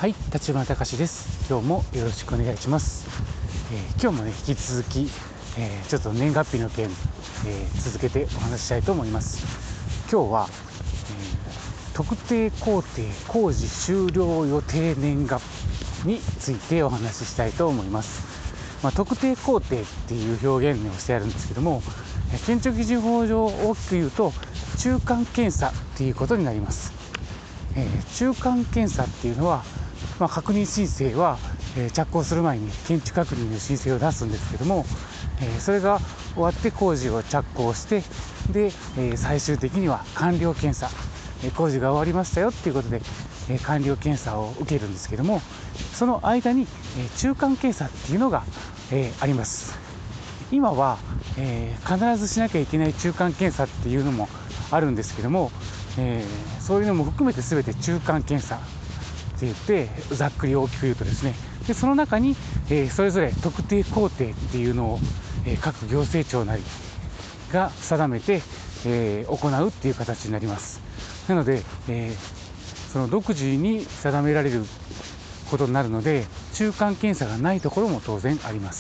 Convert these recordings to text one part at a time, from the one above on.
はい、立花隆です。今日もよろしくお願いします。今日もね、引き続き、ちょっと年月日の件、続けてお話ししたいと思います。今日は、特定工程工事終了予定年月日についてお話ししたいと思います。特定工程っていう表現をしてあるんですけども、建築基準法上大きく言うと中間検査っていうことになります。中間検査っていうのは、確認申請は、着工する前に建築確認の申請を出すんですけども、それが終わって工事を着工してで、最終的には完了検査、工事が終わりましたよっていうことで、完了検査を受けるんですけども、その間に、中間検査っていうのが、あります。今は、必ずしなきゃいけない中間検査っていうのもあるんですけども、そういうのも含めて全て中間検査って言ってざっくり大きく言うとですね、でその中に、それぞれ特定工程っていうのを、各行政庁なりが定めて、行うっていう形になります。なので、その独自に定められることになるので、中間検査がないところも当然あります。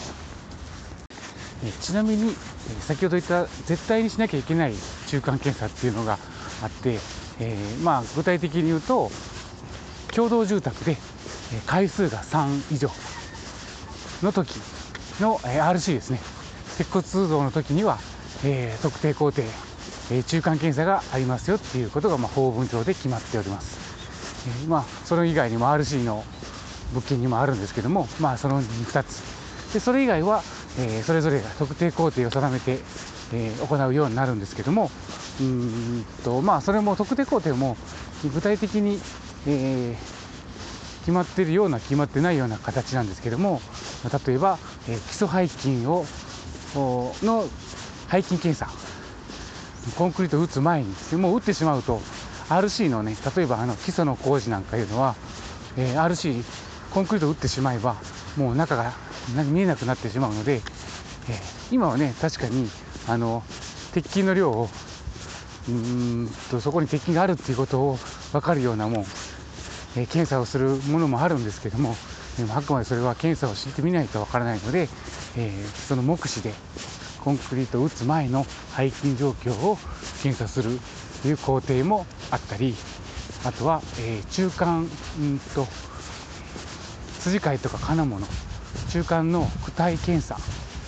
ちなみに先ほど言った絶対にしなきゃいけない中間検査っていうのがあって、具体的に言うと共同住宅で階数が3以上の時の RC ですね、鉄骨造の時には特定工程中間検査がありますよっていうことが法文上で決まっております。それ以外にも RC の物件にもあるんですけども、その2つで、それ以外はそれぞれが特定工程を定めて行うようになるんですけども、それも特定工程も具体的に決まっているような決まってないような形なんですけども、例えば基礎背筋の背筋検査、コンクリートを打つ前にもう打ってしまうと RC のね、例えば基礎の工事なんかいうのは、RC コンクリートを打ってしまえばもう中が見えなくなってしまうので、今はね確かに鉄筋の量をそこに鉄筋があるっていうことを分かるような検査をするものもあるんですけども、あくまでそれは検査をしてみないと分からないので、その目視でコンクリートを打つ前の背筋状況を検査するという工程もあったり、あとは、中間筋交いとか金物中間の躯体検査、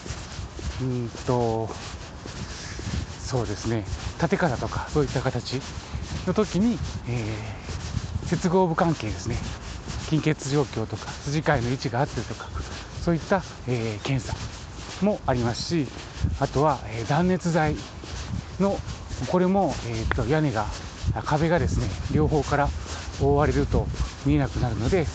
そうですね、立て方とかそういった形の時に、接合部関係ですね、筋結状況とか筋交いの位置が合ってるとかそういった、検査もありますし、あとは、断熱材のこれも、屋根が壁がですね両方から覆われると見えなくなるので、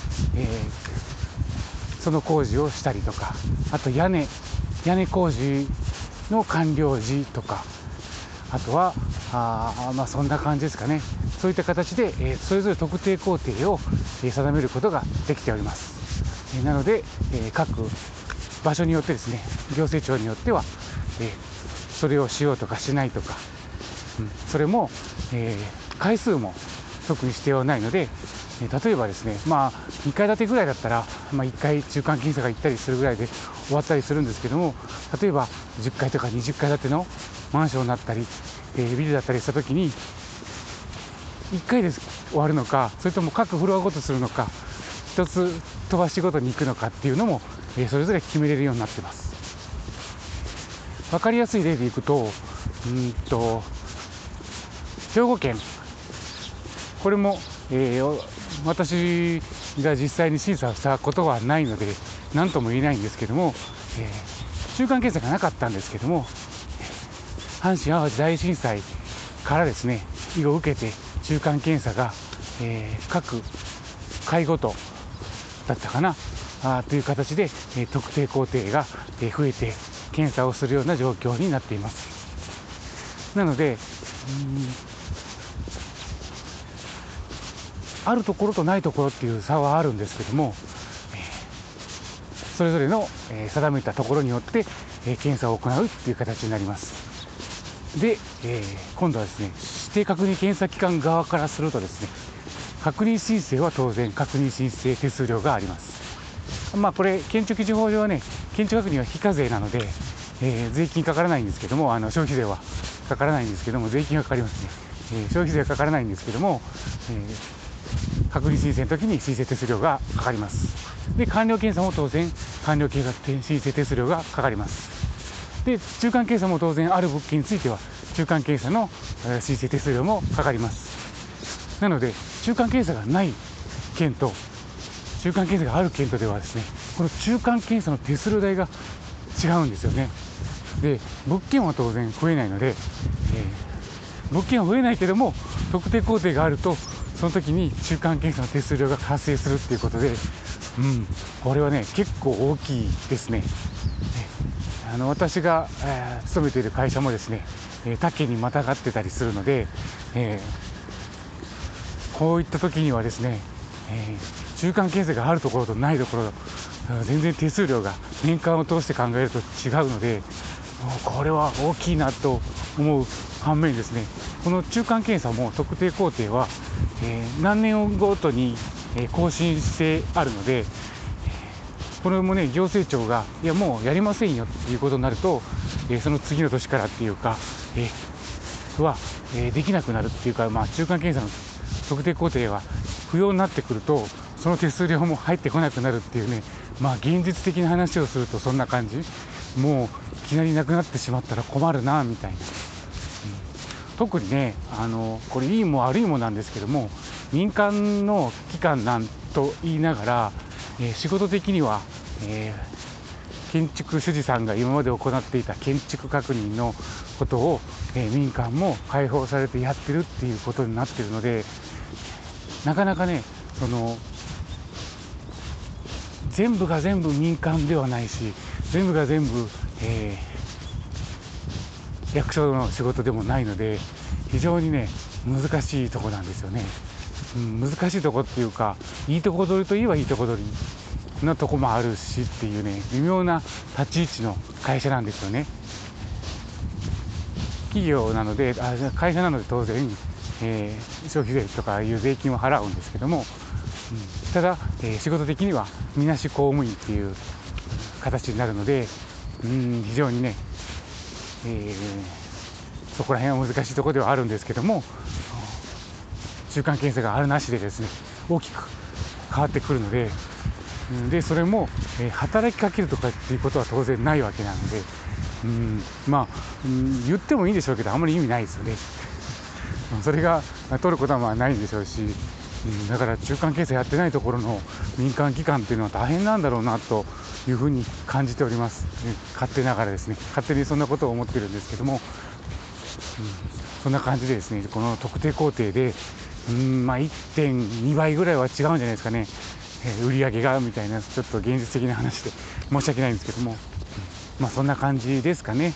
その工事をしたりとか、あと屋根工事の完了時とか、あとはそんな感じですかね。そういった形で、それぞれ特定工程を定めることができております。なので、各場所によってですね、行政庁によっては、それをしようとかしないとか、それも、回数も特に指定はないので、例えばですね、2階建てぐらいだったら、1回中間検査が行ったりするぐらいで終わったりするんですけども、例えば10階とか20階建てのマンションだったり、ビルだったりしたときに1回で終わるのか、それとも各フロアごとするのか、一つ飛ばしごとに行くのかっていうのも、それぞれ決めれるようになっています。分かりやすい例でいくと、兵庫県、これも、私が実際に審査したことはないので何とも言えないんですけども、中間検査がなかったんですけども、阪神・淡路大震災からですね以後受けて中間検査が、各階ごとだったかなという形で、特定工程が、増えて検査をするような状況になっています。なのであるところとないところっていう差はあるんですけども、それぞれの定めたところによって検査を行うっていう形になります。で、今度はですね、指定確認検査機関側からするとですね、 確認申請は当然確認申請手数料があります。これ建築基準法上はね、建築確認は非課税なので、税金かからないんですけども、消費税はかからないんですけども、税金がかかりますね。消費税はかからないんですけども、確認申請の時に申請手数料がかかります。で、完了検査も当然完了検査申請手数料がかかります。で、中間検査も当然ある物件については中間検査の申請手数料もかかります。なので中間検査がない件と中間検査がある件とではですね、この中間検査の手数料代が違うんですよね。で、物件は当然増えないので、物件は増えないけども特定工程があるとその時に中間検査の手数料が発生するっていうことで、これはね結構大きいですね。私が、勤めている会社もですね、他県にまたがってたりするので、こういった時にはですね、中間検査があるところとないところ、全然手数料が年間を通して考えると違うので、これは大きいなと思う反面ですね、この中間検査も特定工程は、何年ごとに更新してあるので、これもね行政庁がいやもうやりませんよっていうことになると、その次の年からっていうか、できなくなるっていうか、中間検査の特定工程が不要になってくるとその手数料も入ってこなくなるっていうね、現実的な話をするとそんな感じ。もういきなりなくなってしまったら困るなみたいな、特にねこれいいも悪いもなんですけども、民間の機関なんと言いながら、仕事的には、建築主事さんが今まで行っていた建築確認のことを、民間も開放されてやってるっていうことになっているので、なかなかね全部が全部民間ではないし、全部が全部、役所の仕事でもないので、非常にね難しいとこなんですよね。難しいとこっていうか、いいとこ取りといえばいいとこ取りのとこもあるしっていうね、微妙な立ち位置の会社なんですよね。企業なので会社なので当然、消費税とかいう税金を払うんですけども、ただ、仕事的にはみなし公務員っていう形になるので、非常にね、そこら辺は難しいところではあるんですけども、中間検査があるなしでですね大きく変わってくるので、それも、働きかけるとかっていうことは当然ないわけなので、言ってもいいんでしょうけどあまり意味ないですよね。それが取ることはないんでしょうし、だから中間検査やってないところの民間機関っていうのは大変なんだろうなというふうに感じております。勝手ながらですね、勝手にそんなことを思ってるんですけども、そんな感じでですね、この特定工程で1.2 倍ぐらいは違うんじゃないですかね、売り上げがみたいな、ちょっと現実的な話で申し訳ないんですけども、そんな感じですかね。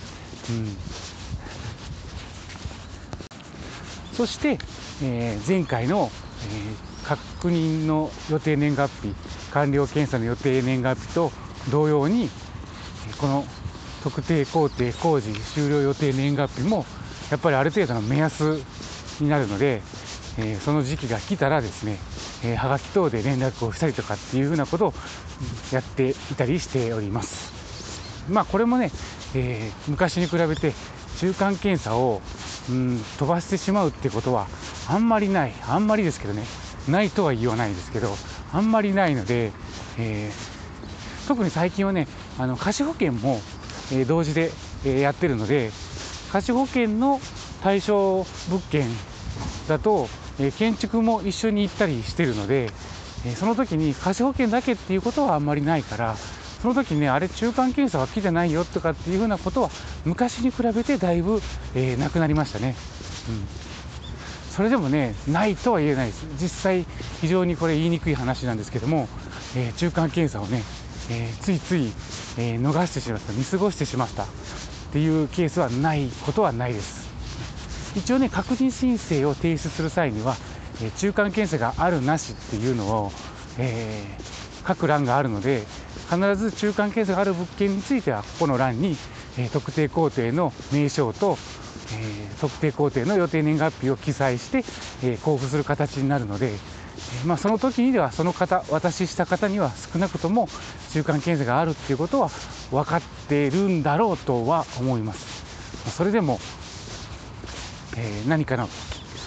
そして、前回の、確認の予定年月日、完了検査の予定年月日と同様に、この特定工程工事終了予定年月日もやっぱりある程度の目安になるので、その時期が来たらですね、はがき等で連絡をしたりとかっていうふうなことをやっていたりしております。これもね、昔に比べて中間検査を飛ばしてしまうってことはあんまりですけどね、ないとは言わないですけどあんまりないので、特に最近はね貸保険も、同時で、やってるので、貸保険の対象物件だと、建築も一緒に行ったりしてるので、その時に貸保険だけっていうことはあんまりないから、その時にねあれ中間検査は来てないよとかっていうふうなことは昔に比べてだいぶ、なくなりましたね。それでもねないとは言えないです。実際非常にこれ言いにくい話なんですけども、中間検査をね、ついつい、逃してしまった、見過ごしてしまったっていうケースはないことはないです。一応ね確認申請を提出する際には、中間検査があるなしっていうのを、書く欄があるので、必ず中間検査がある物件についてはここの欄に、特定工程の名称と、特定工程の予定年月日を記載して、交付する形になるので、 その時にではその方、渡した方には少なくとも中間検査があるっていうことは分かっているんだろうとは思います。それでも、何かの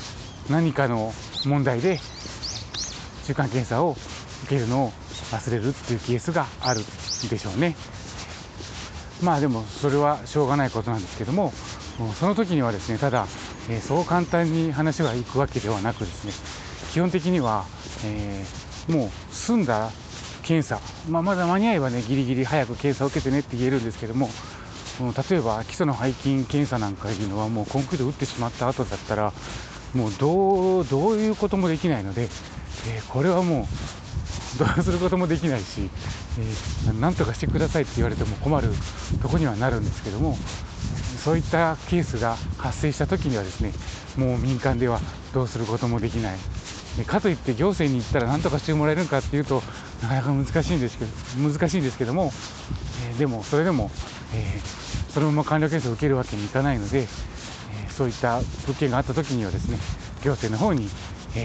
問題で中間検査を受けるのを忘れるっていうケースがあるでしょうね。でもそれはしょうがないことなんですけども、その時にはですね、ただ、そう簡単に話がいくわけではなくですね、基本的には、もう済んだ検査、まだ間に合えばね、ギリギリ早く検査を受けてねって言えるんですけども、例えば基礎の背筋検査なんかいうのはもうコンクリート打ってしまった後だったらもうどういうこともできないので、これはもうどうすることもできないし、何とかしてくださいって言われても困るとこにはなるんですけども、そういったケースが発生した時にはですね、もう民間ではどうすることもできない。かといって行政に行ったら何とかしてもらえるかっていうとなかなか難しいんですけども、でもそれでも、そのまま完了検査を受けるわけにいかないので、そういった物件があった時にはですね、行政の方に、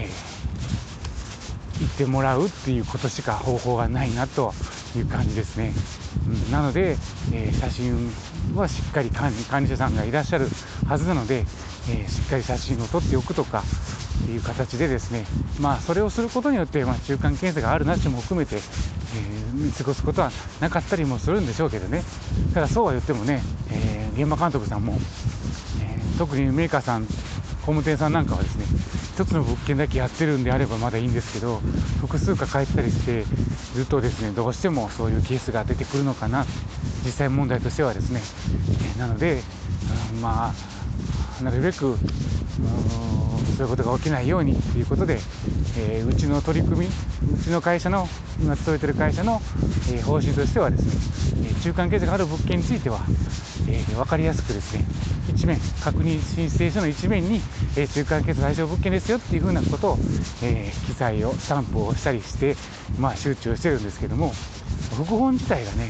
行ってもらうっていうことしか方法がないなという感じですね。なので、写真はしっかり管理者さんがいらっしゃるはずなので、しっかり写真を撮っておくとかっていう形でですね、それをすることによって、中間検査があるなしも含めて、見過ごすことはなかったりもするんでしょうけどね。ただそうは言ってもね、現場監督さんも、特にメーカーさん、工務店さんなんかはですね、一つの物件だけやってるんであればまだいいんですけど、複数抱えたりしてずっとですね、どうしてもそういうケースが出てくるのかな、実際問題としてはですね、なので、なるべくそういうことが起きないようにということで、うちの取り組み、うちの会社の今勤めている会社の、方針としてはですね、中間検査がある物件については、分かりやすくですね、一面確認申請書の一面に、中間検査対象物件ですよっていうふうなことを、記載をスタンプをしたりして、周知をしてるんですけども、副本自体がね、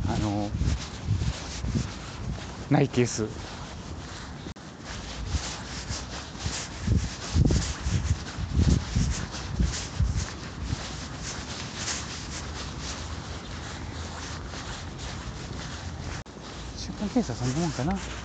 ないケース。中間検査そんなもんかな。